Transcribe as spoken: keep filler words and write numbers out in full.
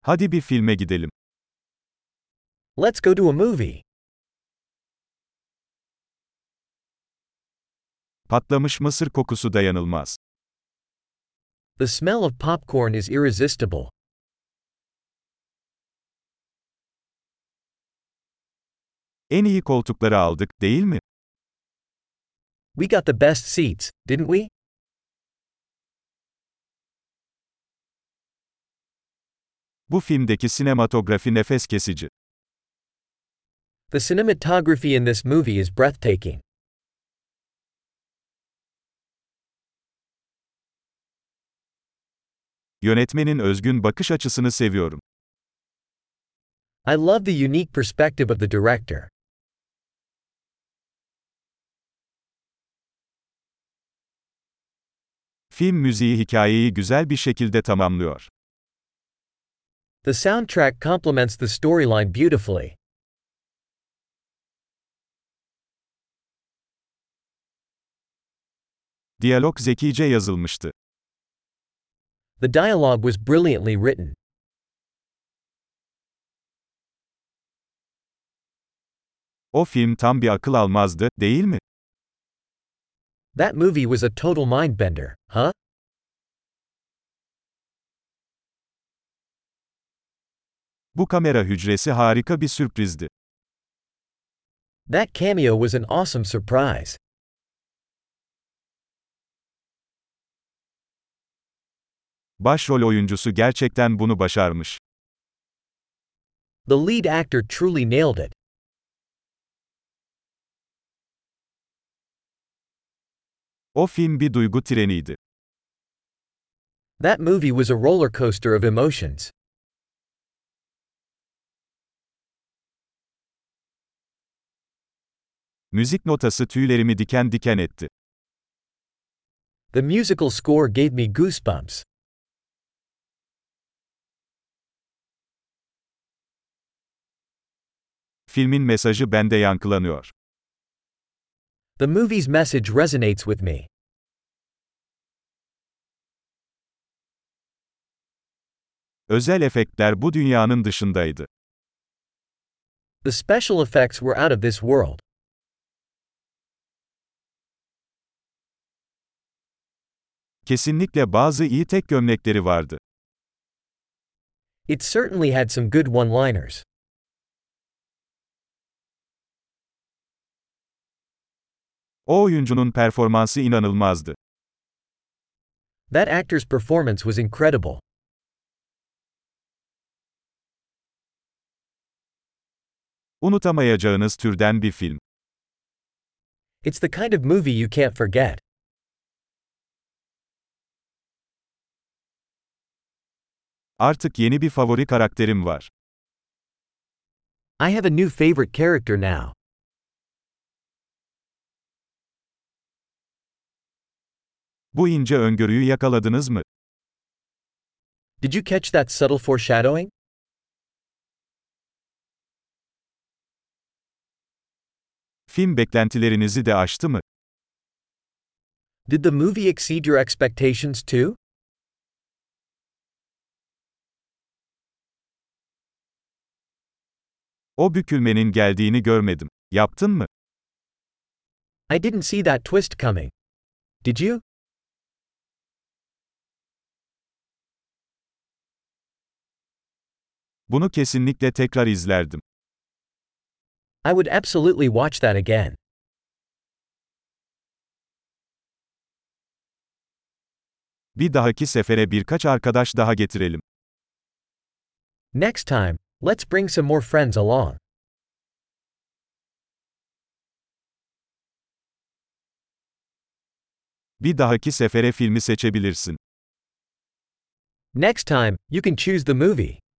Hadi bir filme gidelim. Let's go to a movie. Patlamış mısır kokusu dayanılmaz. The smell of popcorn is irresistible. En iyi koltukları aldık, değil mi? We got the best seats, didn't we? Bu filmdeki sinematografi nefes kesici. The cinematography in this movie is breathtaking. Yönetmenin özgün bakış açısını seviyorum. I love the unique perspective of the director. Film müziği hikayeyi güzel bir şekilde tamamlıyor. The soundtrack complements the storyline beautifully. Diyalog zekice yazılmıştı. The dialogue was brilliantly written. O film tam bir akıl almazdı, değil mi? That movie was a total mind-bender, huh? Bu kamera hücresi harika bir sürprizdi. That cameo was an awesome surprise. Başrol oyuncusu gerçekten bunu başarmış. The lead actor truly nailed it. O film bir duygu treniydi. That movie was a roller coaster of emotions. Müzik notası tüylerimi diken diken etti. The musical score gave me goosebumps. Filmin mesajı bende yankılanıyor. The movie's message resonates with me. Özel efektler bu dünyanın dışındaydı. The special effects were out of this world. Kesinlikle bazı iyi tek gömlekleri vardı. It certainly had some good one-liners. O oyuncunun performansı inanılmazdı. That actor's performance was incredible. Unutamayacağınız türden bir film. It's the kind of movie you can't forget. Artık yeni bir favori karakterim var. I have a new favorite character now. Bu ince öngörüyü yakaladınız mı? Did you catch that subtle foreshadowing? Film beklentilerinizi de aştı mı? Did the movie exceed your expectations too? O bükülmenin geldiğini görmedim. Yaptın mı? I didn't see that twist coming. Did you? Bunu kesinlikle tekrar izlerdim. I would absolutely watch that again. Bir dahaki sefere birkaç arkadaş daha getirelim. Next time, let's bring some more friends along. Bir dahaki sefere filmi seçebilirsin. Next time, you can choose the movie.